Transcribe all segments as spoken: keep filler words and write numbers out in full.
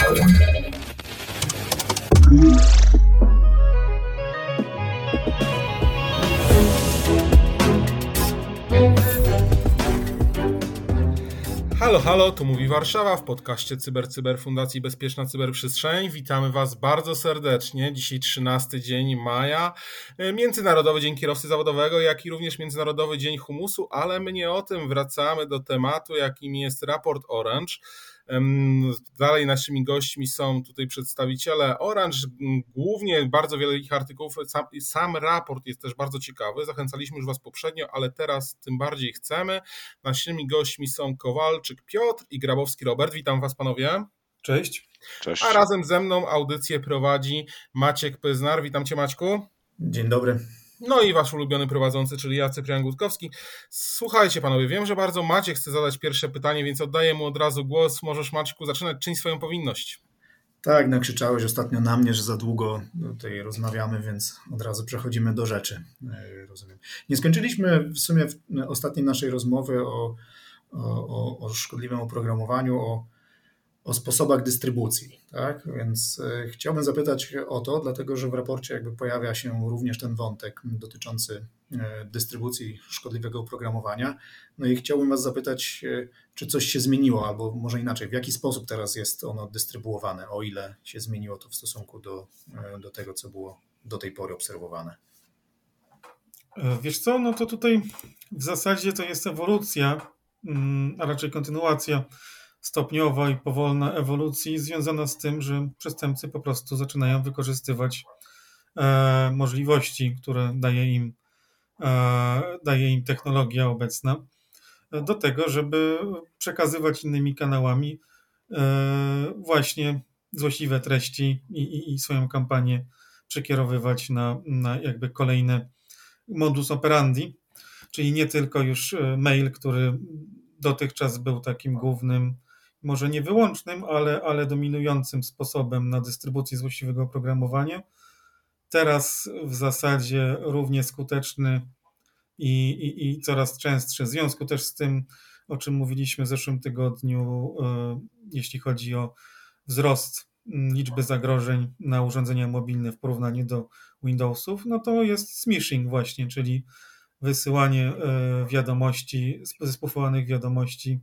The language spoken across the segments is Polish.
Halo, halo, tu mówi Warszawa w podcaście Cyber Cyber Fundacji Bezpieczna Cyberprzestrzeń. Witamy Was bardzo serdecznie. Dzisiaj trzynasty dzień maja, Międzynarodowy Dzień Kierowcy Zawodowego, jak i również Międzynarodowy Dzień Humusu, ale my nie o tym, wracamy do tematu, jakim jest raport Orange. Dalej naszymi gośćmi są tutaj przedstawiciele Orange, głównie bardzo wiele ich artykułów, sam, sam raport jest też bardzo ciekawy, zachęcaliśmy już Was poprzednio, ale teraz tym bardziej chcemy. Naszymi gośćmi są Kowalczyk Piotr i Grabowski Robert, witam Was panowie. Cześć. Cześć. A razem ze mną audycję prowadzi Maciek Pyznar, witam Cię Maćku. Dzień dobry. No i Wasz ulubiony prowadzący, czyli ja, Cyprian Gutkowski. Słuchajcie panowie, wiem, że bardzo Maciek chce zadać pierwsze pytanie, więc oddaję mu od razu głos. Możesz, Maćku, zaczynać, czyń swoją powinność. Tak, nakrzyczałeś ostatnio na mnie, że za długo tutaj rozmawiamy, więc od razu przechodzimy do rzeczy. Rozumiem. Nie skończyliśmy w sumie w ostatniej naszej rozmowy o, o, o szkodliwym oprogramowaniu, o, o sposobach dystrybucji, tak? Więc chciałbym zapytać o to, dlatego że w raporcie jakby pojawia się również ten wątek dotyczący dystrybucji szkodliwego oprogramowania. No i chciałbym Was zapytać, czy coś się zmieniło, albo może inaczej, w jaki sposób teraz jest ono dystrybuowane, o ile się zmieniło to w stosunku do, do tego, co było do tej pory obserwowane. Wiesz co, no to tutaj w zasadzie to jest ewolucja, a raczej kontynuacja stopniowa i powolna ewolucji związana z tym, że przestępcy po prostu zaczynają wykorzystywać e, możliwości, które daje im, e, daje im technologia obecna do tego, żeby przekazywać innymi kanałami e, właśnie złośliwe treści i, i, i swoją kampanię przekierowywać na, na jakby kolejny modus operandi, czyli nie tylko już mail, który dotychczas był takim głównym, może nie wyłącznym, ale, ale dominującym sposobem na dystrybucję złośliwego oprogramowania. Teraz w zasadzie równie skuteczny i, i, i coraz częstszy, w związku też z tym, o czym mówiliśmy w zeszłym tygodniu, jeśli chodzi o wzrost liczby zagrożeń na urządzenia mobilne w porównaniu do Windowsów, no to jest smishing właśnie, czyli wysyłanie wiadomości, zespufowanych wiadomości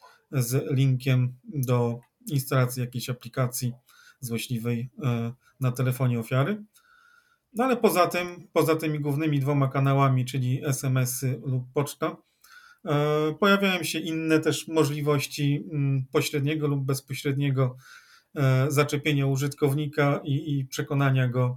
z linkiem do instalacji jakiejś aplikacji złośliwej na telefonie ofiary. No ale poza tym, poza tymi głównymi dwoma kanałami, czyli es em esy lub poczta, pojawiają się inne też możliwości pośredniego lub bezpośredniego zaczepienia użytkownika i, i przekonania go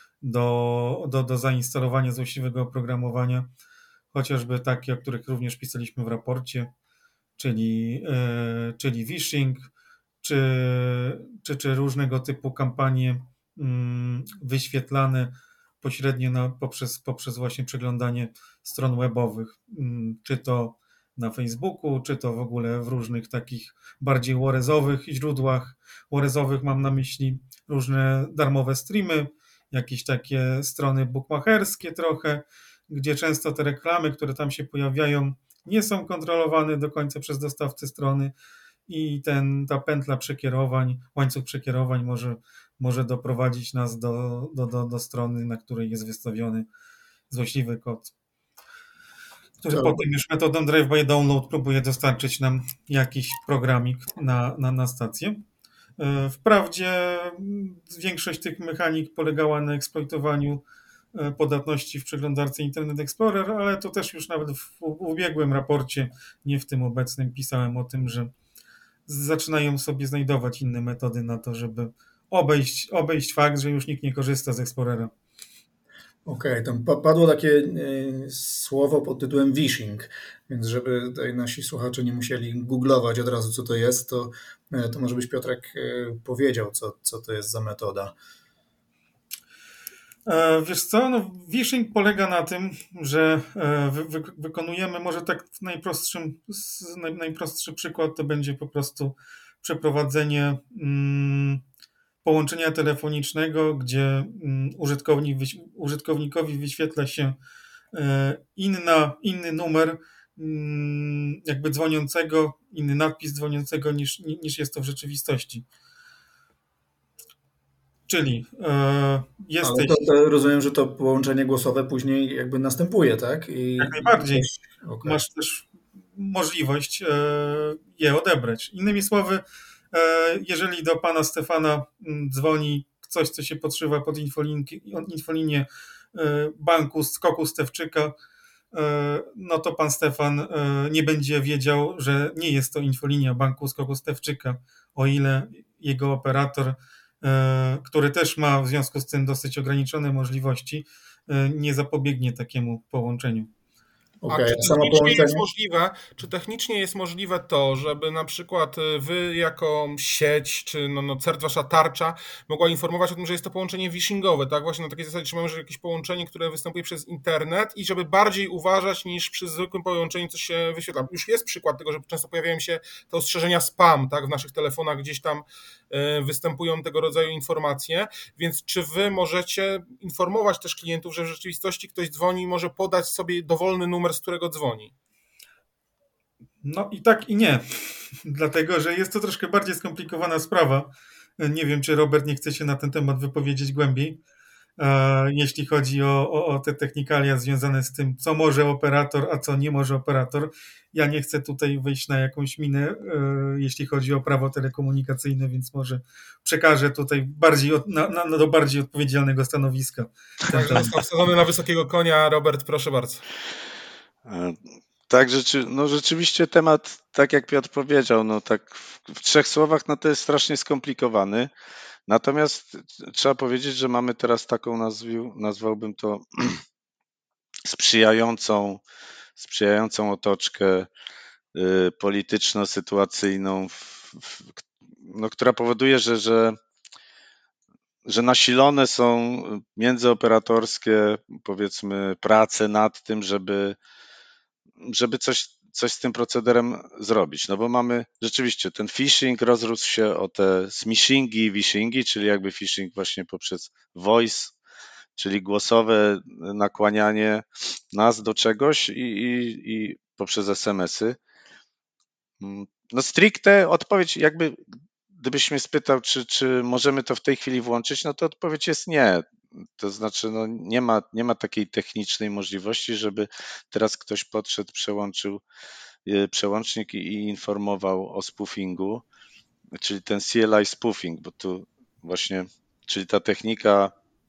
do, do, do zainstalowania złośliwego oprogramowania, chociażby takie, o których również pisaliśmy w raporcie, czyli, e, czyli phishing, czy, czy, czy różnego typu kampanie mm, wyświetlane pośrednio na, poprzez, poprzez właśnie przeglądanie stron webowych, mm, czy to na Facebooku, czy to w ogóle w różnych takich bardziej warezowych źródłach. Warezowych mam na myśli różne darmowe streamy, jakieś takie strony bookmacherskie trochę, gdzie często te reklamy, które tam się pojawiają, nie są kontrolowane do końca przez dostawcę strony i ten, ta pętla przekierowań, łańcuch przekierowań może, może doprowadzić nas do, do, do, do strony, na której jest wystawiony złośliwy kod, który potem już metodą drive-by download próbuje dostarczyć nam jakiś programik na, na, na stację. Wprawdzie większość tych mechanik polegała na eksploitowaniu podatności w przeglądarce Internet Explorer, ale to też już nawet w ubiegłym raporcie, nie w tym obecnym, pisałem o tym, że zaczynają sobie znajdować inne metody na to, żeby obejść, obejść fakt, że już nikt nie korzysta z Explorera. Okej, okay, tam padło takie y, słowo pod tytułem phishing, więc żeby tutaj nasi słuchacze nie musieli googlować od razu, co to jest, to, to może byś, Piotrek, y, powiedział, co, co to jest za metoda. E, wiesz co, no, phishing polega na tym, że e, wy, wy, wykonujemy, może tak w najprostszym, naj, najprostszy przykład to będzie po prostu przeprowadzenie mm, połączenia telefonicznego, gdzie użytkownik, użytkownikowi wyświetla się inna, inny numer jakby dzwoniącego, inny nadpis dzwoniącego niż, niż jest to w rzeczywistości. Czyli e, Ale jesteś to, to rozumiem, że to połączenie głosowe później jakby następuje, tak? I, jak i najbardziej, coś, okej. masz też możliwość e, je odebrać. Innymi słowy, e, jeżeli do pana Stefana mm, dzwoni coś, co się podszywa pod infolinki, infolinię e, banku Skoku Stefczyka, e, no to pan Stefan e, nie będzie wiedział, że nie jest to infolinia banku Skoku Stefczyka, o ile jego operator, e, który też ma w związku z tym dosyć ograniczone możliwości, e, nie zapobiegnie takiemu połączeniu. A Okej, czy a samo technicznie jest połączenie? możliwe, czy technicznie jest możliwe to, żeby na przykład y, wy jako sieć, czy no, no CERT, wasza tarcza, mogła informować o tym, że jest to połączenie phishingowe, tak? Właśnie na takiej zasadzie, czy mamy że jakieś połączenie, które występuje przez internet i żeby bardziej uważać niż przy zwykłym połączeniu, co się wyświetla. Już jest przykład tego, że często pojawiają się te ostrzeżenia spam, tak? W naszych telefonach gdzieś tam y, występują tego rodzaju informacje, więc czy wy możecie informować też klientów, że w rzeczywistości ktoś dzwoni i może podać sobie dowolny numer, z którego dzwoni? No i tak i nie, dlatego że jest to troszkę bardziej skomplikowana sprawa. Nie wiem, czy Robert nie chce się na ten temat wypowiedzieć głębiej, e, jeśli chodzi o, o, o te technikalia związane z tym, co może operator, a co nie może operator. Ja nie chcę tutaj wyjść na jakąś minę, e, jeśli chodzi o prawo telekomunikacyjne, więc może przekażę tutaj bardziej od, na, na, do bardziej odpowiedzialnego stanowiska ten Także temat. został wsadzony na wysokiego konia. Robert, proszę bardzo. E, Tak, rzeczy, no rzeczywiście temat, tak jak Piotr powiedział, no tak w, w trzech słowach, no to jest strasznie skomplikowany. Natomiast trzeba powiedzieć, że mamy teraz taką, nazwił, nazwałbym to sprzyjającą, sprzyjającą otoczkę y, polityczno-sytuacyjną, w, w, no, która powoduje, że, że, że nasilone są międzyoperatorskie, powiedzmy, prace nad tym, żeby żeby coś, coś z tym procederem zrobić. No bo mamy rzeczywiście ten phishing rozrósł się o te smishingi i wishingi, czyli jakby phishing właśnie poprzez voice, czyli głosowe nakłanianie nas do czegoś i, i, i poprzez es em esy. No stricte odpowiedź jakby, gdybyś mnie spytał, czy, czy możemy to w tej chwili włączyć, no to odpowiedź jest nie. To znaczy, no nie ma, nie ma takiej technicznej możliwości, żeby teraz ktoś podszedł, przełączył y, przełącznik i, i informował o spoofingu, czyli ten C L I spoofing, bo tu właśnie, czyli ta technika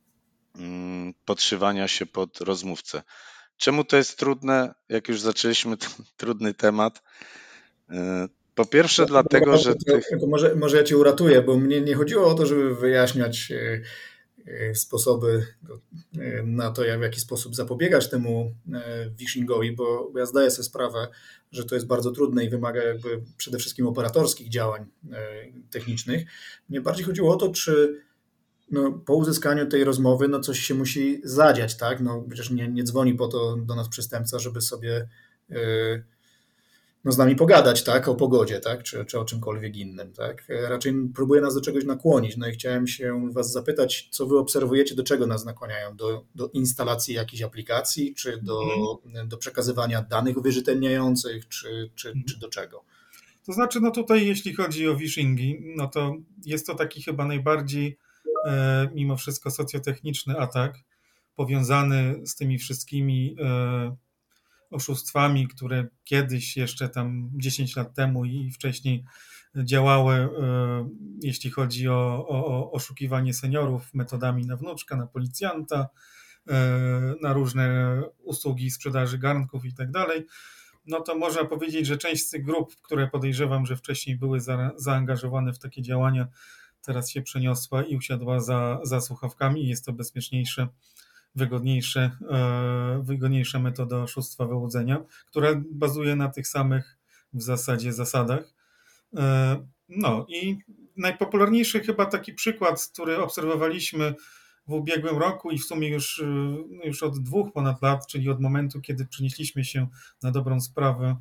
mm, podszywania się pod rozmówcę. Czemu to jest trudne? Jak już zaczęliśmy ten trudny temat. y, Po pierwsze dlatego, że To, tych... to może, może ja cię uratuję, bo mnie nie chodziło o to, żeby wyjaśniać e, e, sposoby e, na to, jak, w jaki sposób zapobiegać temu e, phishingowi, bo, bo ja zdaję sobie sprawę, że to jest bardzo trudne i wymaga jakby przede wszystkim operatorskich działań e, technicznych. Mnie bardziej chodziło o to, czy no, po uzyskaniu tej rozmowy no, coś się musi zadziać, tak? No, przecież nie, nie dzwoni po to do nas przestępca, żeby sobie e, no, z nami pogadać, tak, o pogodzie, tak, czy, czy o czymkolwiek innym, tak. Raczej próbuje nas do czegoś nakłonić. No i chciałem się was zapytać, co wy obserwujecie, do czego nas nakłaniają? Do, do instalacji jakiejś aplikacji, czy do, do przekazywania danych uwierzytelniających, czy, czy, czy do czego? To znaczy, no tutaj jeśli chodzi o phishingi, no to jest to taki chyba najbardziej e, mimo wszystko socjotechniczny atak, powiązany z tymi wszystkimi e, oszustwami, które kiedyś jeszcze tam dziesięć lat temu i wcześniej działały, e, jeśli chodzi o, o, o oszukiwanie seniorów metodami na wnuczka, na policjanta, e, na różne usługi sprzedaży garnków i tak dalej. No to można powiedzieć, że część z tych grup, które podejrzewam, że wcześniej były za, zaangażowane w takie działania, teraz się przeniosła i usiadła za, za słuchawkami i jest to bezpieczniejsze, wygodniejsze, e, wygodniejsza metoda oszustwa wyłudzenia, która bazuje na tych samych w zasadzie zasadach. E, no i najpopularniejszy chyba taki przykład, który obserwowaliśmy w ubiegłym roku i w sumie już, już od dwóch ponad lat, czyli od momentu, kiedy przenieśliśmy się na dobrą sprawę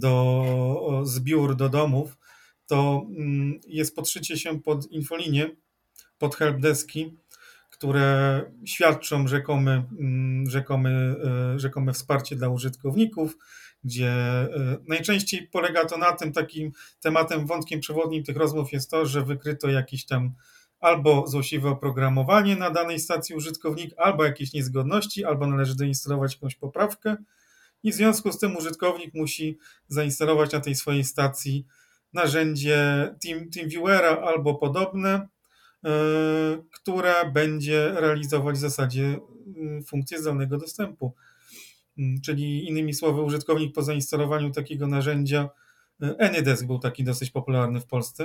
do zbiór do domów, to jest podszycie się pod infolinię, pod helpdeski, które świadczą rzekomy, rzekomy, rzekome wsparcie dla użytkowników, gdzie najczęściej polega to na tym, takim tematem, wątkiem przewodnim tych rozmów jest to, że wykryto jakiś tam albo złośliwe oprogramowanie na danej stacji użytkownika, albo jakieś niezgodności, albo należy doinstalować jakąś poprawkę i w związku z tym użytkownik musi zainstalować na tej swojej stacji narzędzie Team, TeamViewera albo podobne, które będzie realizować w zasadzie funkcję zdalnego dostępu. Czyli innymi słowy, użytkownik po zainstalowaniu takiego narzędzia, AnyDesk był taki dosyć popularny w Polsce,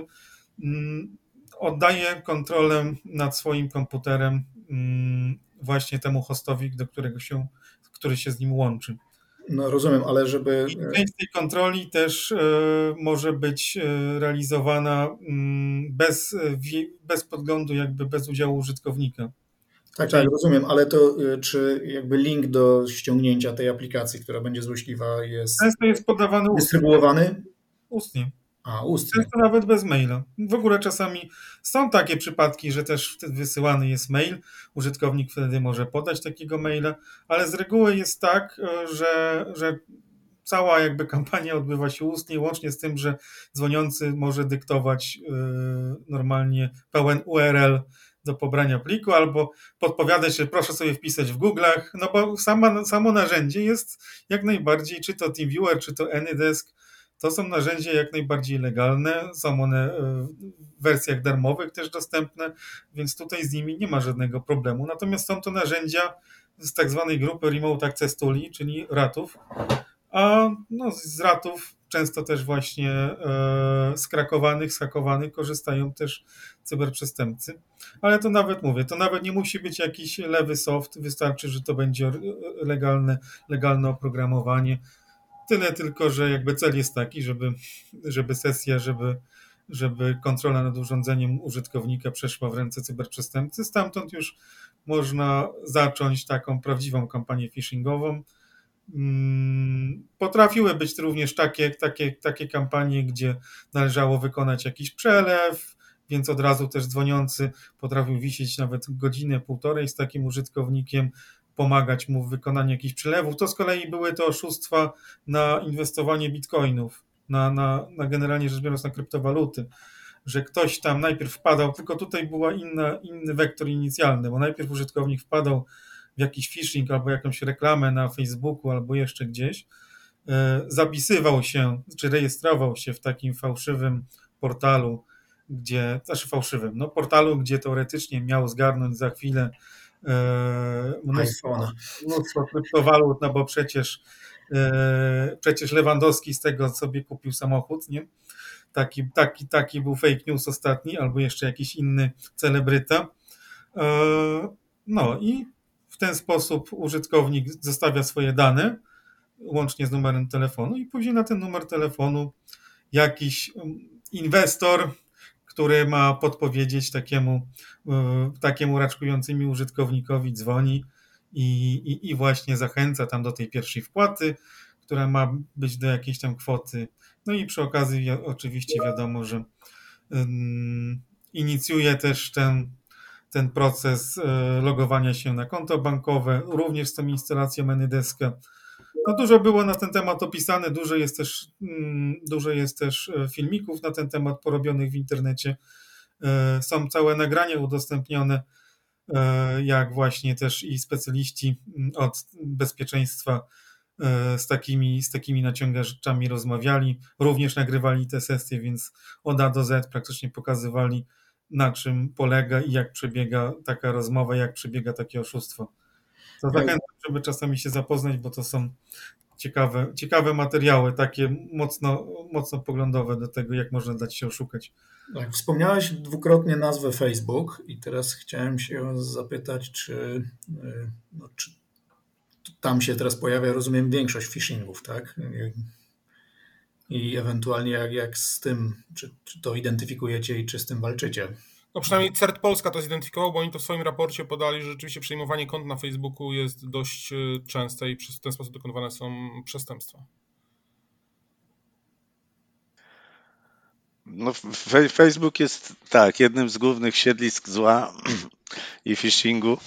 oddaje kontrolę nad swoim komputerem właśnie temu hostowi, do którego się, który się z nim łączy. No rozumiem, ale żeby... I część tej kontroli też e, może być e, realizowana m, bez, e, wi- bez podglądu, jakby bez udziału użytkownika. Tak, Czyli- tak, rozumiem, ale to y, czy jakby link do ściągnięcia tej aplikacji, która będzie złośliwa, jest Często jest podawany ustnie. dystrybuowany? ustnie. A, ustnie. Często nawet bez maila. W ogóle czasami są takie przypadki, że też wtedy wysyłany jest mail, użytkownik wtedy może podać takiego maila, ale z reguły jest tak, e, że, że cała jakby kampania odbywa się ustnie, łącznie z tym, że dzwoniący może dyktować yy, normalnie pełen U R L do pobrania pliku albo podpowiadać, że proszę sobie wpisać w Google'ach, no bo sama, samo narzędzie jest jak najbardziej, czy to TeamViewer, czy to AnyDesk, to są narzędzia jak najbardziej legalne, są one w wersjach darmowych też dostępne, więc tutaj z nimi nie ma żadnego problemu. Natomiast są to narzędzia z tak zwanej grupy Remote Access Tooli, czyli ratów, a no, z ratów często też właśnie e, skrakowanych, schakowanych korzystają też cyberprzestępcy. Ale to nawet mówię, to nawet nie musi być jakiś lewy soft, wystarczy, że to będzie legalne, legalne oprogramowanie. Tyle tylko, że jakby cel jest taki, żeby, żeby sesja, żeby, żeby kontrola nad urządzeniem użytkownika przeszła w ręce cyberprzestępcy. Stamtąd już można zacząć taką prawdziwą kampanię phishingową. Potrafiły być również takie, takie, takie kampanie, gdzie należało wykonać jakiś przelew, więc od razu też dzwoniący potrafił wisieć nawet godzinę, półtorej z takim użytkownikiem, pomagać mu w wykonaniu jakichś przelewów. To z kolei były to oszustwa na inwestowanie bitcoinów, na, na, na generalnie rzecz biorąc na kryptowaluty, że ktoś tam najpierw wpadał, tylko tutaj była inna, inny wektor inicjalny, bo najpierw użytkownik wpadał w jakiś phishing albo jakąś reklamę na Facebooku albo jeszcze gdzieś, zapisywał się czy rejestrował się w takim fałszywym portalu, gdzie, znaczy fałszywym, no portalu, gdzie teoretycznie miał zgarnąć za chwilę mnóstwo, mnóstwo kryptowalut, no bo przecież przecież Lewandowski z tego sobie kupił samochód, nie? Taki, taki, taki był fake news ostatni, albo jeszcze jakiś inny celebryta. No i w ten sposób użytkownik zostawia swoje dane, łącznie z numerem telefonu, i później na ten numer telefonu jakiś inwestor, który ma podpowiedzieć takiemu, takiemu raczkującymi użytkownikowi, dzwoni i, i, i właśnie zachęca tam do tej pierwszej wpłaty, która ma być do jakiejś tam kwoty. No i przy okazji oczywiście wiadomo, że um, inicjuje też ten ten proces logowania się na konto bankowe, również z tą instalacją AnyDeska. No dużo było na ten temat opisane, dużo jest też, dużo jest też filmików na ten temat porobionych w internecie. Są całe nagrania udostępnione, jak właśnie też i specjaliści od bezpieczeństwa z takimi, z takimi naciągaczami rozmawiali, również nagrywali te sesje, więc od A do Z praktycznie pokazywali, na czym polega i jak przebiega taka rozmowa, jak przebiega takie oszustwo. To zachęcam, żeby czasami się zapoznać, bo to są ciekawe, ciekawe materiały, takie mocno, mocno poglądowe do tego, jak można dać się oszukać. Tak, wspomniałeś dwukrotnie nazwę Facebook i teraz chciałem się zapytać, czy, no, czy tam się teraz pojawia, rozumiem, większość phishingów, tak? I ewentualnie jak, jak z tym, czy, czy to identyfikujecie i czy z tym walczycie? No przynajmniej CERT Polska to zidentyfikował, bo oni to w swoim raporcie podali, że rzeczywiście przejmowanie kont na Facebooku jest dość częste i w ten sposób dokonywane są przestępstwa. No, Facebook jest tak, jednym z głównych siedlisk zła i phishingu.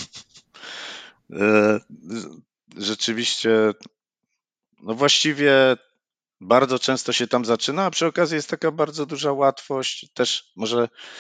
Rzeczywiście, no właściwie bardzo często się tam zaczyna, a przy okazji jest taka bardzo duża łatwość, też może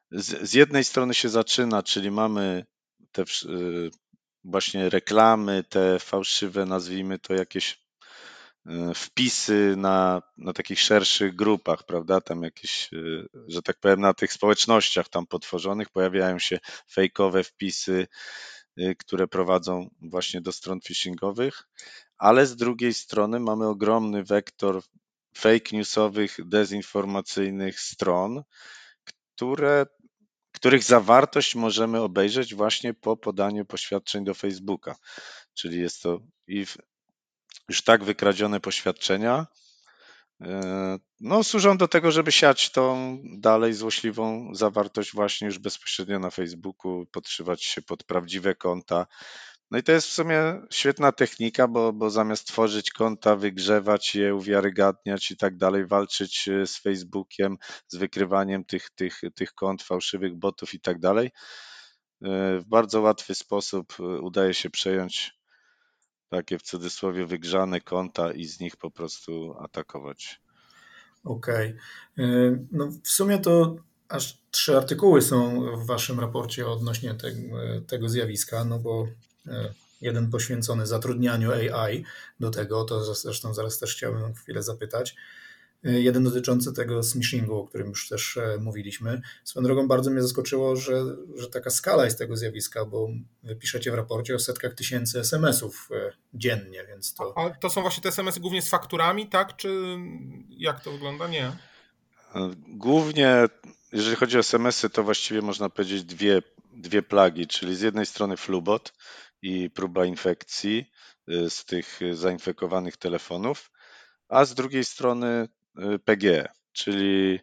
z, z jednej strony się zaczyna, czyli mamy te właśnie reklamy, te fałszywe, nazwijmy to jakieś wpisy na, na takich szerszych grupach, prawda? Tam jakieś, że tak powiem, na tych społecznościach tam potworzonych pojawiają się fejkowe wpisy, które prowadzą właśnie do stron phishingowych, ale z drugiej strony mamy ogromny wektor fake newsowych, dezinformacyjnych stron, które, których zawartość możemy obejrzeć właśnie po podaniu poświadczeń do Facebooka. Czyli jest to i w, już tak wykradzione poświadczenia, no, służą do tego, żeby siać tą dalej złośliwą zawartość właśnie już bezpośrednio na Facebooku, podszywać się pod prawdziwe konta. No i to jest w sumie świetna technika, bo, bo zamiast tworzyć konta, wygrzewać je, uwiarygadniać i tak dalej, walczyć z Facebookiem, z wykrywaniem tych, tych, tych kont, fałszywych botów i tak dalej, w bardzo łatwy sposób udaje się przejąć takie w cudzysłowie wygrzane konta i z nich po prostu atakować. Okej. Okay. No w sumie to aż trzy artykuły są w waszym raporcie odnośnie te, tego zjawiska, no bo jeden poświęcony zatrudnianiu A I do tego, to zresztą zaraz też chciałbym chwilę zapytać. Jeden dotyczący tego smishingu, o którym już też mówiliśmy. Swoją drogą bardzo mnie zaskoczyło, że, że taka skala jest tego zjawiska, bo wy piszecie w raporcie o setkach tysięcy es em esów dziennie, więc to... A to są właśnie te es em esy głównie z fakturami, tak? Czy jak to wygląda? Nie. Głównie, jeżeli chodzi o es em esy, to właściwie można powiedzieć dwie, dwie plagi, czyli z jednej strony Flubot i próba infekcji z tych zainfekowanych telefonów, a z drugiej strony P G E, czyli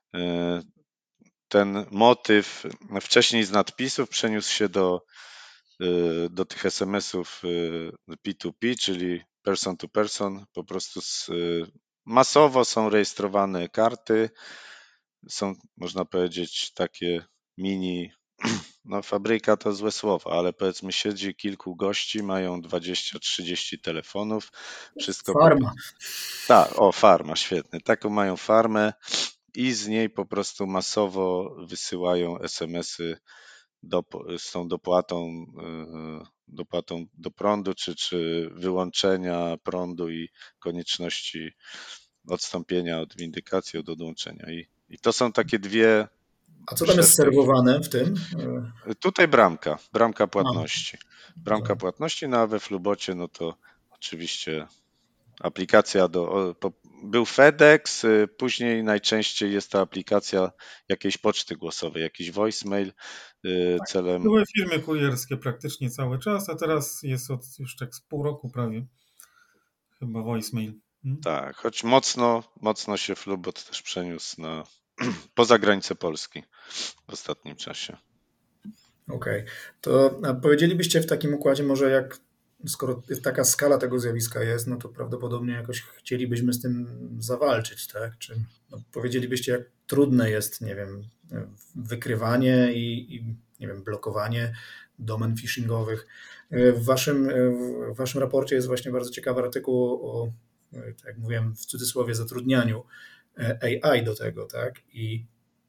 ten motyw wcześniej z nadpisów przeniósł się do, do tych es em esów P dwa P, czyli person to person, po prostu z, masowo są rejestrowane karty, są, można powiedzieć, takie mini, no fabryka to złe słowo, ale powiedzmy siedzi kilku gości, mają dwadzieścia trzydzieści telefonów, wszystko... Farma. Tak, o farma, świetnie, taką mają farmę i z niej po prostu masowo wysyłają es em esy do, z tą dopłatą, dopłatą do prądu, czy, czy wyłączenia prądu i konieczności odstąpienia od windykacji, od odłączenia. I, i to są takie dwie... A co tam jest serwowane w tym? Tutaj bramka, bramka płatności. Bramka płatności, no a we Flubocie, no to oczywiście aplikacja do... Był FedEx, później najczęściej jest to aplikacja jakiejś poczty głosowej, jakiś voicemail celem... Były firmy kurierskie praktycznie cały czas, a teraz jest od już tak z pół roku prawie chyba voicemail. Hmm? Tak, choć mocno, mocno się Flubot też przeniósł na poza granicę Polski w ostatnim czasie. Okej, okay. To powiedzielibyście w takim układzie może jak, skoro taka skala tego zjawiska jest, no to prawdopodobnie jakoś chcielibyśmy z tym zawalczyć, tak? Czy no, powiedzielibyście, jak trudne jest, nie wiem, wykrywanie i, i nie wiem, blokowanie domen phishingowych. W waszym, w waszym raporcie jest właśnie bardzo ciekawy artykuł o, tak jak mówiłem, w cudzysłowie zatrudnianiu A I do tego, tak? I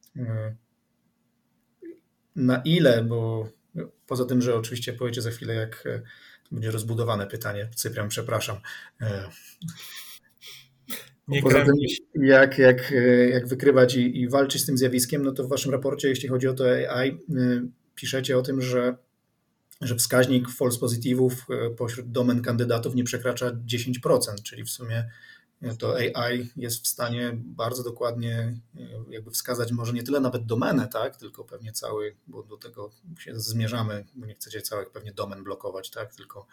na ile, bo poza tym, że oczywiście powiecie za chwilę, jak to będzie rozbudowane pytanie, Cyprian, przepraszam. Nie poza tym, jak, jak, jak wykrywać i, i walczyć z tym zjawiskiem, no to w waszym raporcie, jeśli chodzi o to A I, piszecie o tym, że, że wskaźnik false pozytywów pośród domen kandydatów nie przekracza dziesięć procent, czyli w sumie to A I jest w stanie bardzo dokładnie jakby wskazać może nie tyle nawet domenę, tak, tylko pewnie cały, bo do tego się zmierzamy, bo nie chcecie całych pewnie domen blokować, tak, tylko,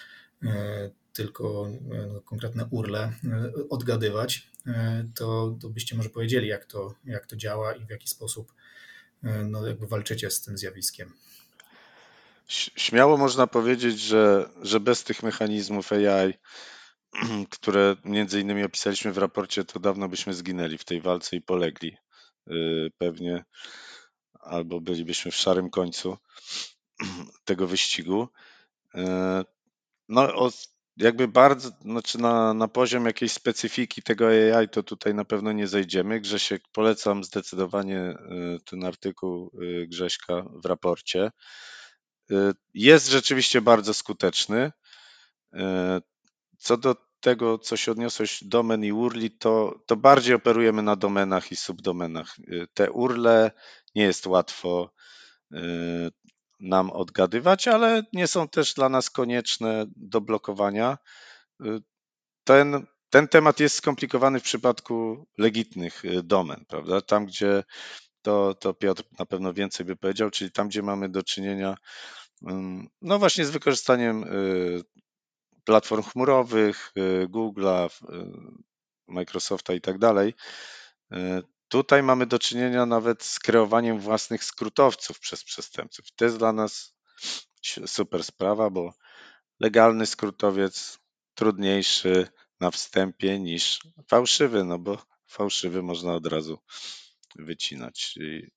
tylko konkretne U R L-e odgadywać, to, to byście może powiedzieli, jak to, jak to działa i w jaki sposób no, jakby walczycie z tym zjawiskiem. Śmiało można powiedzieć, że, że bez tych mechanizmów A I, które między innymi opisaliśmy w raporcie, to dawno byśmy zginęli w tej walce i polegli pewnie, albo bylibyśmy w szarym końcu tego wyścigu. No, jakby bardzo, znaczy na, na poziom jakiejś specyfiki tego A I, to tutaj na pewno nie zejdziemy. Grzesiek, polecam zdecydowanie y, ten artykuł y, Grześka w raporcie. Y, Jest rzeczywiście bardzo skuteczny. Y, Co do tego, co się odniosłeś, domen i urli, to, to bardziej operujemy na domenach i subdomenach. Y, Te urle nie jest łatwo y, nam odgadywać, ale nie są też dla nas konieczne do blokowania. Y, Ten, ten temat jest skomplikowany w przypadku legitnych y, domen, prawda? Tam, gdzie to, to Piotr na pewno więcej by powiedział, czyli tam, gdzie mamy do czynienia ym, no właśnie z wykorzystaniem y, platform chmurowych, y, Google'a, y, Microsofta i tak dalej. Y, Tutaj mamy do czynienia nawet z kreowaniem własnych skrótowców przez przestępców. To jest dla nas super sprawa, bo legalny skrótowiec trudniejszy na wstępie niż fałszywy, no bo fałszywy można od razu wycinać. I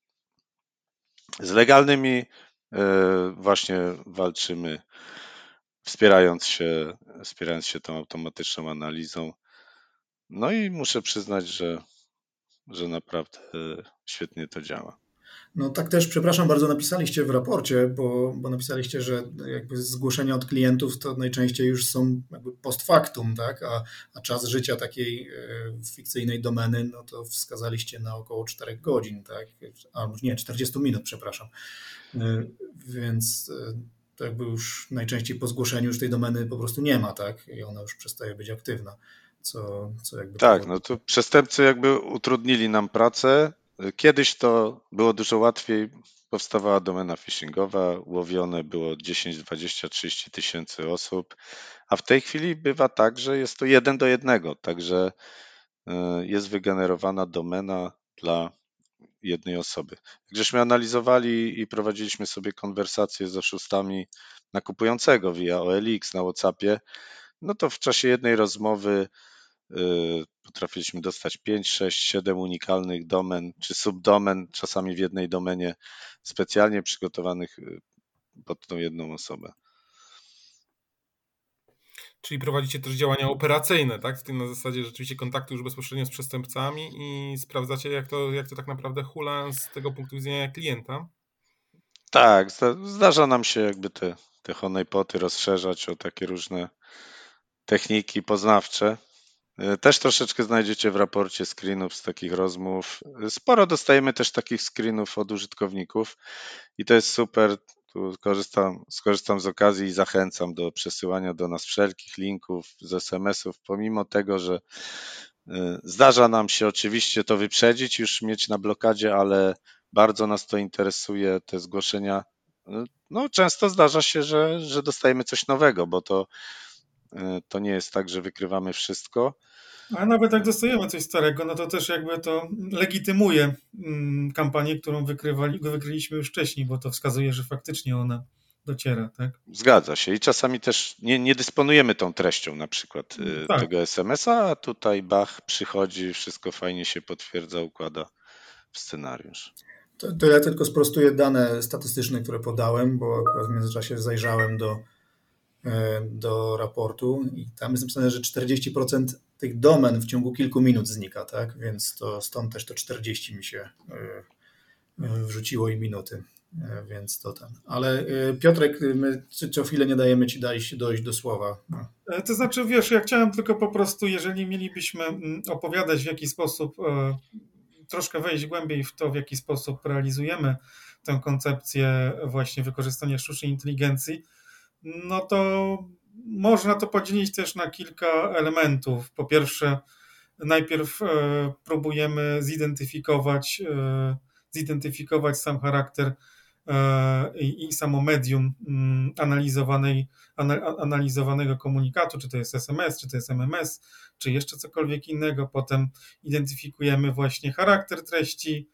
z legalnymi y, właśnie walczymy, wspierając się, wspierając się tą automatyczną analizą. No i muszę przyznać, że, że naprawdę y, świetnie to działa. No tak też, przepraszam bardzo, napisaliście w raporcie, bo, bo napisaliście, że jakby zgłoszenia od klientów to najczęściej już są jakby post factum, tak? A, a czas życia takiej e, fikcyjnej domeny, no to wskazaliście na około czterech godzin, tak? Albo nie, czterdzieści minut, przepraszam. E, Więc e, to jakby już najczęściej po zgłoszeniu już tej domeny po prostu nie ma, tak? I ona już przestaje być aktywna, co, co jakby... Tak, no to przestępcy jakby utrudnili nam pracę. Kiedyś to było dużo łatwiej, powstawała domena phishingowa, łowione było dziesięć, dwadzieścia, trzydzieści tysięcy osób, a w tej chwili bywa tak, że jest to jeden do jednego, także y, jest wygenerowana domena dla jednej osoby. Jak żeśmy analizowali i prowadziliśmy sobie konwersacje z oszustami nakupującego via O L X na WhatsAppie, no to w czasie jednej rozmowy y, potrafiliśmy dostać pięć, sześć, siedem unikalnych domen czy subdomen, czasami w jednej domenie specjalnie przygotowanych y, pod tą jedną osobę. Czyli prowadzicie też działania operacyjne, tak? W tym na zasadzie rzeczywiście kontaktu już bezpośrednio z przestępcami i sprawdzacie, jak to, jak to tak naprawdę hula z tego punktu widzenia klienta? Tak, zda- zdarza nam się jakby te, te honeypoty rozszerzać o takie różne techniki poznawcze. Y, Też troszeczkę znajdziecie w raporcie screenów z takich rozmów. Y, Sporo dostajemy też takich screenów od użytkowników i to jest super. Tu korzystam, skorzystam z okazji i zachęcam do przesyłania do nas wszelkich linków z es em esów, pomimo tego, że y, zdarza nam się oczywiście to wyprzedzić, już mieć na blokadzie, ale bardzo nas to interesuje, te zgłoszenia. Y, No, często zdarza się, że, że dostajemy coś nowego, bo to, y, to nie jest tak, że wykrywamy wszystko. A nawet jak dostajemy coś starego, no to też jakby to legitymuje mm, kampanię, którą wykrywali, wykryliśmy już wcześniej, bo to wskazuje, że faktycznie ona dociera, tak? Zgadza się. I czasami też nie, nie dysponujemy tą treścią na przykład y, Tak. tego es emesa, a tutaj bach, przychodzi, wszystko fajnie się potwierdza, układa w scenariusz. To, to ja tylko sprostuję dane statystyczne, które podałem, bo akurat w międzyczasie zajrzałem do, e, do raportu i tam jest napisane, że czterdzieści procent tych domen w ciągu kilku minut znika, tak? Więc to stąd też to czterdzieści mi się e, e, wrzuciło i minuty, e, więc to ten. Ale e, Piotrek, my co, co chwilę nie dajemy ci dojść, dojść do słowa. No. E, To znaczy, wiesz, ja chciałem tylko po prostu, jeżeli mielibyśmy mm, opowiadać, w jaki sposób, e, troszkę wejść głębiej w to, w jaki sposób realizujemy tę koncepcję właśnie wykorzystania sztucznej inteligencji, no to można to podzielić też na kilka elementów. Po pierwsze, najpierw e, próbujemy zidentyfikować, e, zidentyfikować sam charakter e, i, i samo medium mm, analizowanej, ana, analizowanego komunikatu, czy to jest es em es, czy to jest em em es, czy jeszcze cokolwiek innego. Potem identyfikujemy właśnie charakter treści,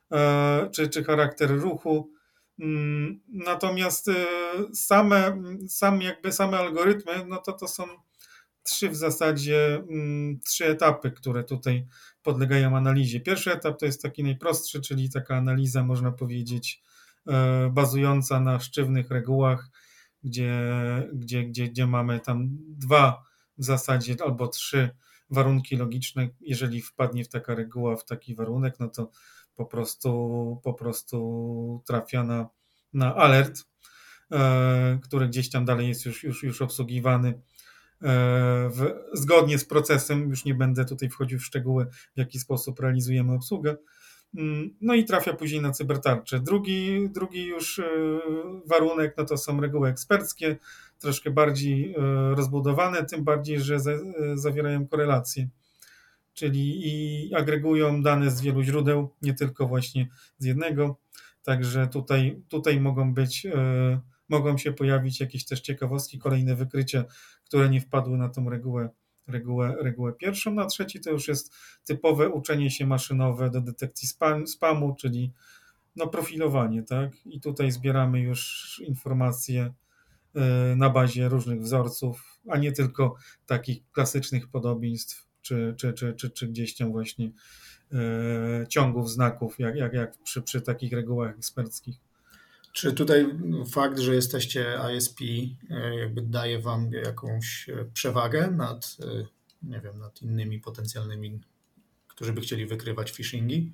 e, czy, czy charakter ruchu. Mm, Natomiast e, same, same, jakby same algorytmy, no to to są trzy w zasadzie, mm, trzy etapy, które tutaj podlegają analizie. Pierwszy etap to jest taki najprostszy, czyli taka analiza, można powiedzieć, e, bazująca na sztywnych regułach, gdzie, gdzie, gdzie, gdzie mamy tam dwa w zasadzie albo trzy warunki logiczne. Jeżeli wpadnie w taka reguła, w taki warunek, no to po prostu, po prostu trafia na, na alert, e, który gdzieś tam dalej jest już, już, już obsługiwany e, w, zgodnie z procesem. Już nie będę tutaj wchodził w szczegóły, w jaki sposób realizujemy obsługę. No i trafia później na cybertarczę. Drugi, drugi już e, warunek, no to są reguły eksperckie, troszkę bardziej e, rozbudowane, tym bardziej, że za, e, zawierają korelacje, czyli i agregują dane z wielu źródeł, nie tylko właśnie z jednego. Także tutaj, tutaj mogą być, e, mogą się pojawić jakieś też ciekawostki, kolejne wykrycia, które nie wpadły na tą regułę, regułę, regułę pierwszą. Na trzeci to już jest typowe uczenie się maszynowe do detekcji spam, spamu, czyli no profilowanie, tak? I tutaj zbieramy już informacje e, na bazie różnych wzorców, a nie tylko takich klasycznych podobieństw, czy, czy, czy, czy, czy gdzieś tam właśnie e, ciągów znaków, jak, jak, jak przy, przy takich regułach eksperckich. Czy tutaj fakt, że jesteście I S P, e, jakby daje wam jakąś e, przewagę nad, e, nie wiem, nad innymi potencjalnymi, którzy by chcieli wykrywać phishingi?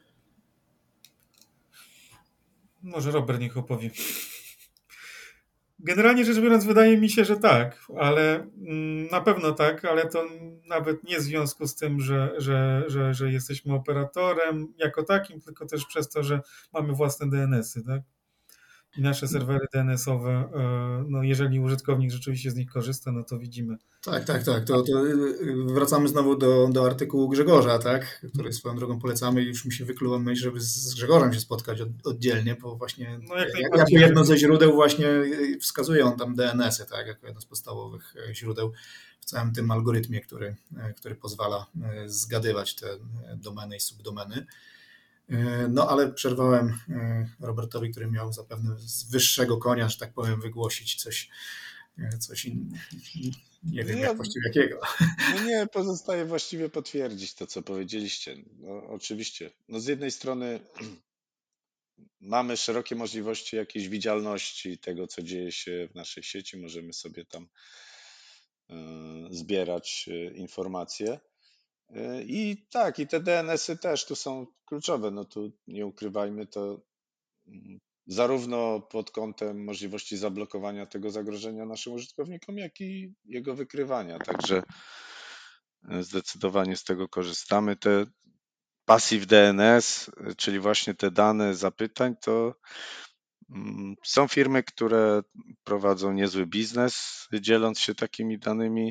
Może Robert niech opowie. Generalnie rzecz biorąc, wydaje mi się, że tak, ale mm, na pewno tak, ale to nawet nie w związku z tym, że, że, że, że jesteśmy operatorem jako takim, tylko też przez to, że mamy własne D N S-y, tak? I nasze serwery D N S-owe, e, no jeżeli użytkownik rzeczywiście z nich korzysta, no to widzimy. Tak, tak, tak. To, to wracamy znowu do, do artykułu Grzegorza, tak? Który swoją drogą polecamy i już mi się wykluła myśl, żeby z Grzegorzem się spotkać od, oddzielnie, bo właśnie No jak jak, najbardziej. jako jedno ze źródeł właśnie wskazuje on tam D N S-y, tak? Jako jedno z podstawowych źródeł w całym tym algorytmie, który, który pozwala zgadywać te domeny i subdomeny. No ale przerwałem Robertowi, który miał zapewne z wyższego konia, że tak powiem, wygłosić coś, coś innego. Nie wiem, jak właściwie jakiego. No nie, pozostaje właściwie potwierdzić to, co powiedzieliście. No, oczywiście. No z jednej strony mamy szerokie możliwości jakiejś widzialności tego, co dzieje się w naszej sieci. Możemy sobie tam y, zbierać y, informacje. Y, I tak, i te D N S-y też tu są kluczowe. No tu nie ukrywajmy to. y, Zarówno pod kątem możliwości zablokowania tego zagrożenia naszym użytkownikom, jak i jego wykrywania. Także zdecydowanie z tego korzystamy. Te passive D N S, czyli właśnie te dane zapytań, to są firmy, które prowadzą niezły biznes, dzieląc się takimi danymi.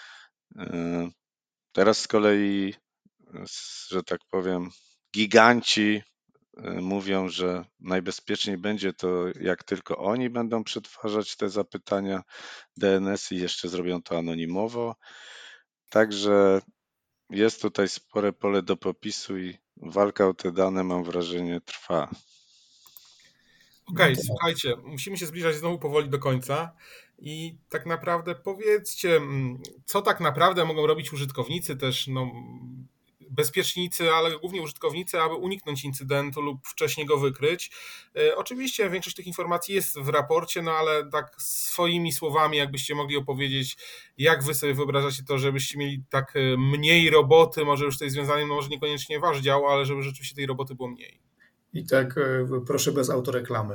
Teraz z kolei, że tak powiem, giganci mówią, że najbezpieczniej będzie to, jak tylko oni będą przetwarzać te zapytania D N S i jeszcze zrobią to anonimowo. Także jest tutaj spore pole do popisu i walka o te dane, mam wrażenie, trwa. Okej, okay, słuchajcie, musimy się zbliżać znowu powoli do końca i tak naprawdę powiedzcie, co tak naprawdę mogą robić użytkownicy, też no, bezpiecznicy, ale głównie użytkownicy, aby uniknąć incydentu lub wcześniej go wykryć. Oczywiście większość tych informacji jest w raporcie, no ale tak swoimi słowami, jakbyście mogli opowiedzieć, jak wy sobie wyobrażacie to, żebyście mieli tak mniej roboty, może już tutaj związanej, no może niekoniecznie wasz dział, ale żeby rzeczywiście tej roboty było mniej. I tak proszę bez autoreklamy.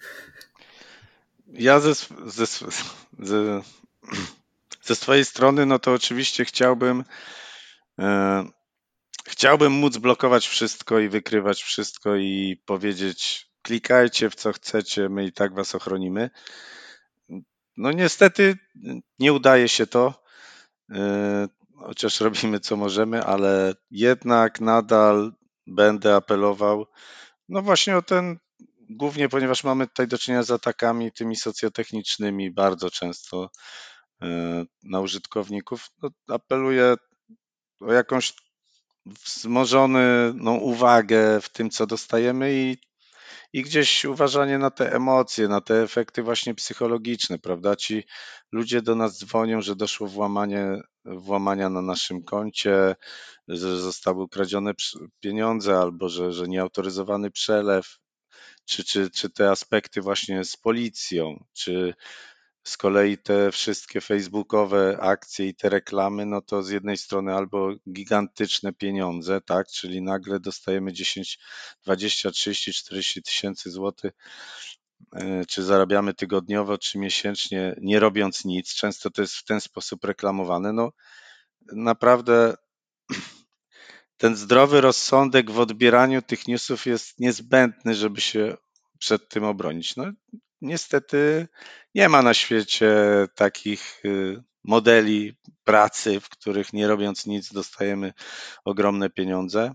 Ja ze, ze, ze, ze swojej strony, no to oczywiście chciałbym e, chciałbym móc blokować wszystko i wykrywać wszystko i powiedzieć klikajcie w co chcecie, my i tak was ochronimy. No niestety nie udaje się to, e, chociaż robimy co możemy, ale jednak nadal będę apelował no właśnie o ten, głównie ponieważ mamy tutaj do czynienia z atakami tymi socjotechnicznymi bardzo często na użytkowników, no apeluję o jakąś wzmożoną uwagę w tym, co dostajemy i, i gdzieś uważanie na te emocje, na te efekty właśnie psychologiczne, prawda? Ci ludzie do nas dzwonią, że doszło włamanie, włamania na naszym koncie, że zostały ukradzione pieniądze albo że, że nieautoryzowany przelew, czy, czy, czy te aspekty właśnie z policją, czy z kolei te wszystkie facebookowe akcje i te reklamy, no to z jednej strony albo gigantyczne pieniądze, tak, czyli nagle dostajemy dziesięć, dwadzieścia, trzydzieści, czterdzieści tysięcy złotych, czy zarabiamy tygodniowo, czy miesięcznie, nie robiąc nic. Często to jest w ten sposób reklamowane. No naprawdę ten zdrowy rozsądek w odbieraniu tych newsów jest niezbędny, żeby się przed tym obronić. No niestety nie ma na świecie takich modeli pracy, w których nie robiąc nic dostajemy ogromne pieniądze.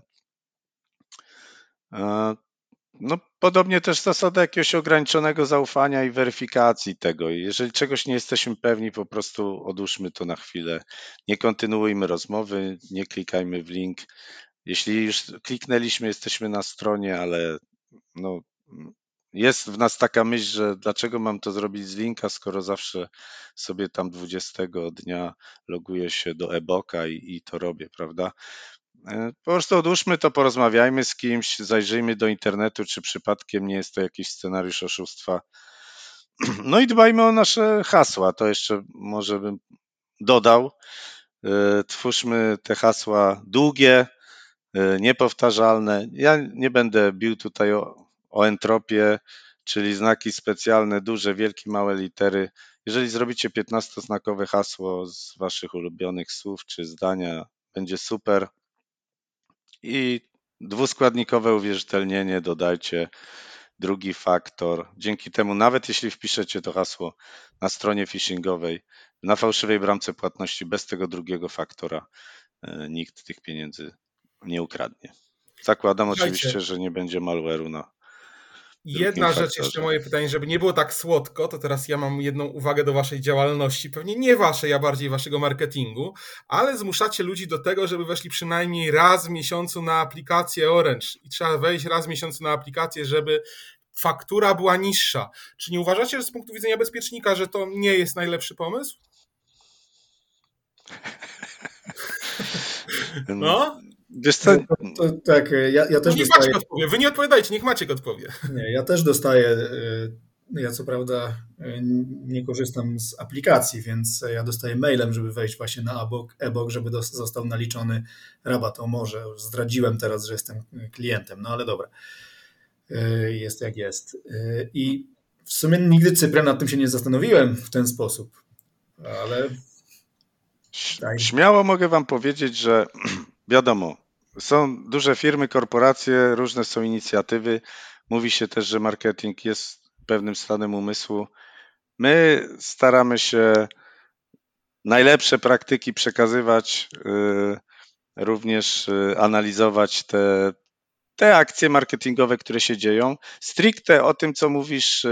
No podobnie też zasada jakiegoś ograniczonego zaufania i weryfikacji tego. Jeżeli czegoś nie jesteśmy pewni, po prostu odłóżmy to na chwilę. Nie kontynuujmy rozmowy, nie klikajmy w link. Jeśli już kliknęliśmy, jesteśmy na stronie, ale no, jest w nas taka myśl, że dlaczego mam to zrobić z linka, skoro zawsze sobie tam dwudziestego dnia loguję się do e-boka i, i to robię, prawda? Po prostu odłóżmy to, porozmawiajmy z kimś, zajrzyjmy do internetu, czy przypadkiem nie jest to jakiś scenariusz oszustwa. No i dbajmy o nasze hasła, to jeszcze może bym dodał. Twórzmy te hasła długie, niepowtarzalne. Ja nie będę bił tutaj o, o entropię, czyli znaki specjalne, duże, wielkie, małe litery. Jeżeli zrobicie piętnastoznakowe hasło z waszych ulubionych słów czy zdania, będzie super. I dwuskładnikowe uwierzytelnienie dodajcie, drugi faktor. Dzięki temu, nawet jeśli wpiszecie to hasło na stronie phishingowej, na fałszywej bramce płatności bez tego drugiego faktora, nikt tych pieniędzy nie ukradnie. Zakładam Słuchajcie, oczywiście, że nie będzie malware'u na jedna rzecz, faktorze. jeszcze moje pytanie, żeby nie było tak słodko, to teraz ja mam jedną uwagę do waszej działalności, pewnie nie waszej, a bardziej waszego marketingu, ale zmuszacie ludzi do tego, żeby weszli przynajmniej raz w miesiącu na aplikację Orange i trzeba wejść raz w miesiącu na aplikację, żeby faktura była niższa. Czy nie uważacie, że z punktu widzenia bezpiecznika, że to nie jest najlepszy pomysł? No? Wiesz co? To, to, tak, ja, ja też niech dostaję... Maciek odpowie. Wy nie odpowiadajcie, niech Maciek odpowie. Nie, ja też dostaję, ja co prawda nie korzystam z aplikacji, więc ja dostaję mailem, żeby wejść właśnie na e-book, żeby został naliczony rabat. O może, zdradziłem teraz, że jestem klientem, no ale dobra, jest jak jest. I w sumie nigdy Cyprem nad tym się nie zastanowiłem w ten sposób, ale... Tak. Śmiało mogę wam powiedzieć, że wiadomo, są duże firmy, korporacje, różne są inicjatywy. Mówi się też, że marketing jest pewnym stanem umysłu. My staramy się najlepsze praktyki przekazywać, również analizować te, te akcje marketingowe, które się dzieją. Stricte o tym, co mówisz,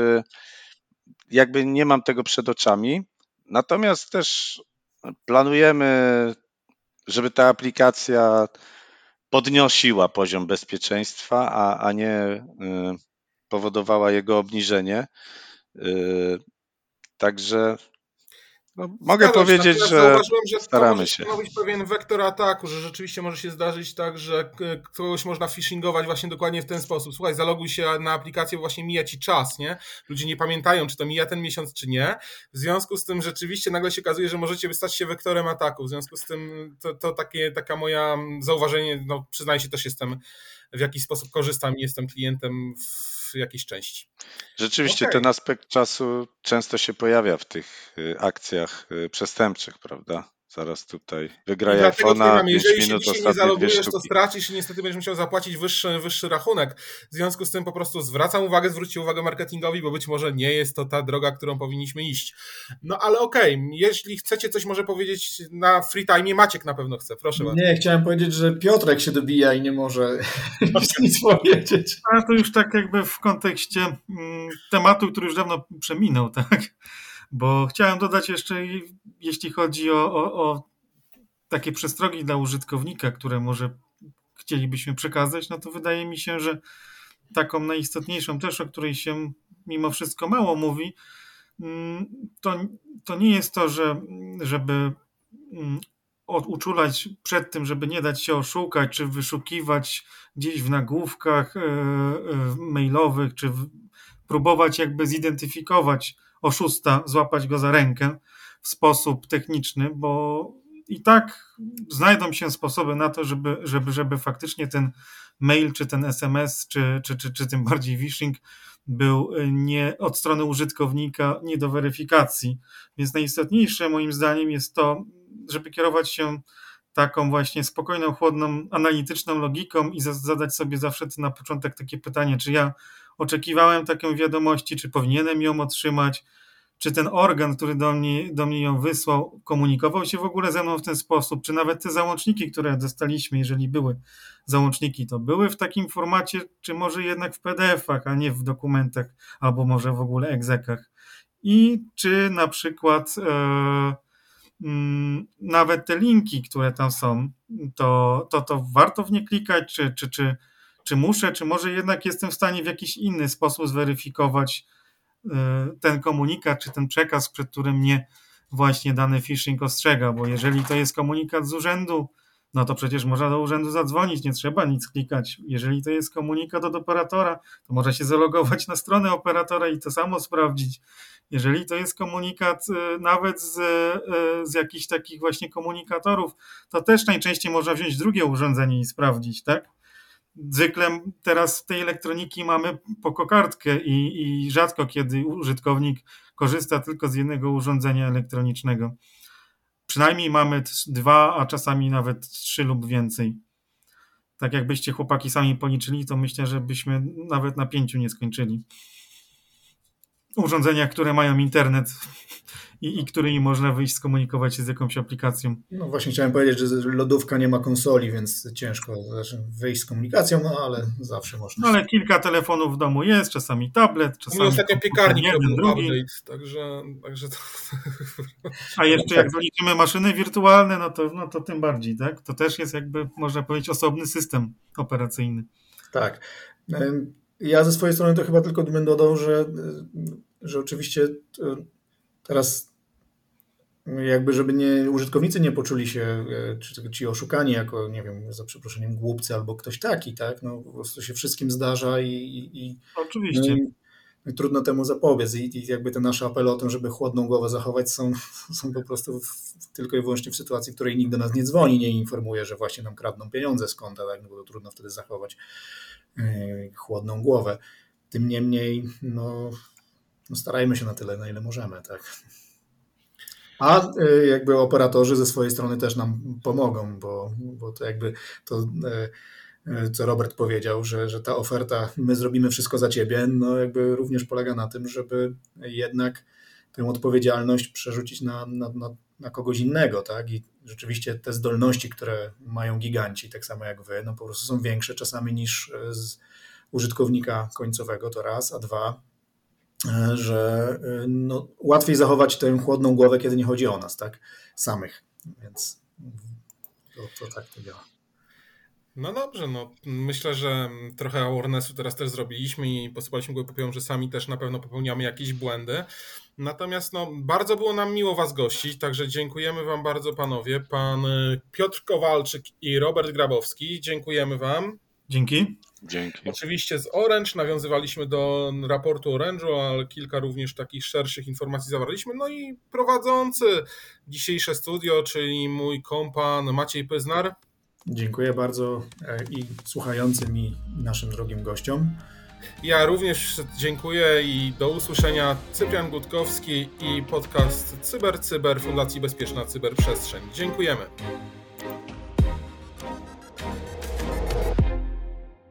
jakby nie mam tego przed oczami. Natomiast też planujemy, żeby ta aplikacja podnosiła poziom bezpieczeństwa, a, a nie y, powodowała jego obniżenie. Y, także no, mogę Zgadza powiedzieć, się, że zauważyłem, że staramy to może się. stanowić pewien wektor ataku, że rzeczywiście może się zdarzyć tak, że kogoś można phishingować właśnie dokładnie w ten sposób. Słuchaj, zaloguj się na aplikację, bo właśnie mija ci czas, nie? Ludzie nie pamiętają, czy to mija ten miesiąc, czy nie. W związku z tym rzeczywiście nagle się okazuje, że możecie stać się wektorem ataku. W związku z tym to, to takie, taka moja zauważenie, no przyznaję się, też jestem, w jakiś sposób korzystam i jestem klientem w jakiejś części. Rzeczywiście Okay. ten aspekt czasu często się pojawia w tych akcjach przestępczych, prawda? Zaraz tutaj wygraje iPhone'a, jeżeli się dzisiaj nie zalogujesz, to stracisz i niestety będziesz musiał zapłacić wyższy, wyższy rachunek. W związku z tym po prostu zwracam uwagę, zwróćcie uwagę marketingowi, bo być może nie jest to ta droga, którą powinniśmy iść. No ale okej, okay, jeśli chcecie coś może powiedzieć na free time, Maciek na pewno chce, proszę bardzo. Nie, chciałem powiedzieć, że Piotrek się dobija i nie może nic powiedzieć. Ale to już tak jakby w kontekście mm, tematu, który już dawno przeminął, tak? Bo chciałem dodać jeszcze, jeśli chodzi o, o, o takie przestrogi dla użytkownika, które może chcielibyśmy przekazać, no to wydaje mi się, że taką najistotniejszą też, o której się mimo wszystko mało mówi, to, to nie jest to, że, żeby uczulać przed tym, żeby nie dać się oszukać, czy wyszukiwać gdzieś w nagłówkach mailowych, czy w próbować jakby zidentyfikować oszusta, złapać go za rękę w sposób techniczny, bo i tak znajdą się sposoby na to, żeby, żeby, żeby faktycznie ten mail, czy ten es em es, czy, czy, czy, czy tym bardziej phishing był nie od strony użytkownika nie do weryfikacji. Więc najistotniejsze moim zdaniem jest to, żeby kierować się taką właśnie spokojną, chłodną, analityczną logiką i zadać sobie zawsze na początek takie pytanie, czy ja oczekiwałem takiej wiadomości, czy powinienem ją otrzymać, czy ten organ, który do mnie, do mnie ją wysłał, komunikował się w ogóle ze mną w ten sposób, czy nawet te załączniki, które dostaliśmy, jeżeli były załączniki, to były w takim formacie, czy może jednak w pe de efach, a nie w dokumentach, albo może w ogóle egzekach. I czy na przykład e, m, nawet te linki, które tam są, to, to, to warto w nie klikać, czy, czy, czy, czy muszę, czy może jednak jestem w stanie w jakiś inny sposób zweryfikować ten komunikat, czy ten przekaz, przed którym mnie właśnie dany phishing ostrzega, bo jeżeli to jest komunikat z urzędu, no to przecież można do urzędu zadzwonić, nie trzeba nic klikać. Jeżeli to jest komunikat od operatora, to można się zalogować na stronę operatora i to samo sprawdzić. Jeżeli to jest komunikat nawet z, z jakichś takich właśnie komunikatorów, to też najczęściej można wziąć drugie urządzenie i sprawdzić, tak? Zwykle teraz w tej elektroniki mamy po kokardkę i, i rzadko kiedy użytkownik korzysta tylko z jednego urządzenia elektronicznego. Przynajmniej mamy dwa, a czasami nawet trzy lub więcej. Tak jakbyście chłopaki sami policzyli, to myślę, że byśmy nawet na pięciu nie skończyli. Urządzenia, które mają internet i, i którymi można wyjść, skomunikować się z jakąś aplikacją. No właśnie chciałem powiedzieć, że lodówka nie ma konsoli, więc ciężko wyjść z komunikacją, no ale zawsze można. No ale kilka telefonów w domu jest, czasami tablet, czasami... U mnie ostatnio piekarnik jeden, robił drugi. update, także, także to... A jeszcze jak zaliczymy maszyny wirtualne, no to, no to tym bardziej, tak? To też jest jakby, można powiedzieć, osobny system operacyjny. Tak. Ja ze swojej strony to chyba tylko bym dodał, że, że oczywiście teraz jakby, żeby nie, użytkownicy nie poczuli się, czy ci oszukani jako, nie wiem, za przeproszeniem głupcy albo ktoś taki, tak? No po prostu się wszystkim zdarza i, i, i Oczywiście. No i, i trudno temu zapobiec i, i jakby te nasze apele o tym, żeby chłodną głowę zachować są, są po prostu w, tylko i wyłącznie w sytuacji, w której nikt do nas nie dzwoni, nie informuje, że właśnie nam kradną pieniądze z konta, tak? No bo to trudno wtedy zachować yy, chłodną głowę. Tym niemniej, no, no starajmy się na tyle, na ile możemy, tak? A jakby operatorzy ze swojej strony też nam pomogą, bo, bo to jakby to, co Robert powiedział, że, że ta oferta, my zrobimy wszystko za ciebie, no jakby również polega na tym, żeby jednak tę odpowiedzialność przerzucić na, na, na, na kogoś innego, tak? I rzeczywiście te zdolności, które mają giganci, tak samo jak wy, no po prostu są większe czasami niż z użytkownika końcowego, to raz, a dwa, że no, łatwiej zachować tę chłodną głowę, kiedy nie chodzi o nas, tak? Samych. Więc to, to tak to działa. No dobrze, no myślę, że trochę awarenessu teraz też zrobiliśmy i posypaliśmy go popiołem, że sami też na pewno popełniamy jakieś błędy. Natomiast no, bardzo było nam miło was gościć, także dziękujemy wam bardzo panowie. Pan Piotr Kowalczyk i Robert Grabowski, dziękujemy wam. Dzięki. Dzięki. Oczywiście z Orange nawiązywaliśmy do raportu Orange'u, ale kilka również takich szerszych informacji zawarliśmy. No i prowadzący dzisiejsze studio, czyli mój kompan Maciej Pyznar. Dziękuję bardzo i słuchającym i naszym drogim gościom. Ja również dziękuję i do usłyszenia. Cyprian Gutkowski i podcast Cyber Cyber Fundacji Bezpieczna Cyberprzestrzeń. Dziękujemy.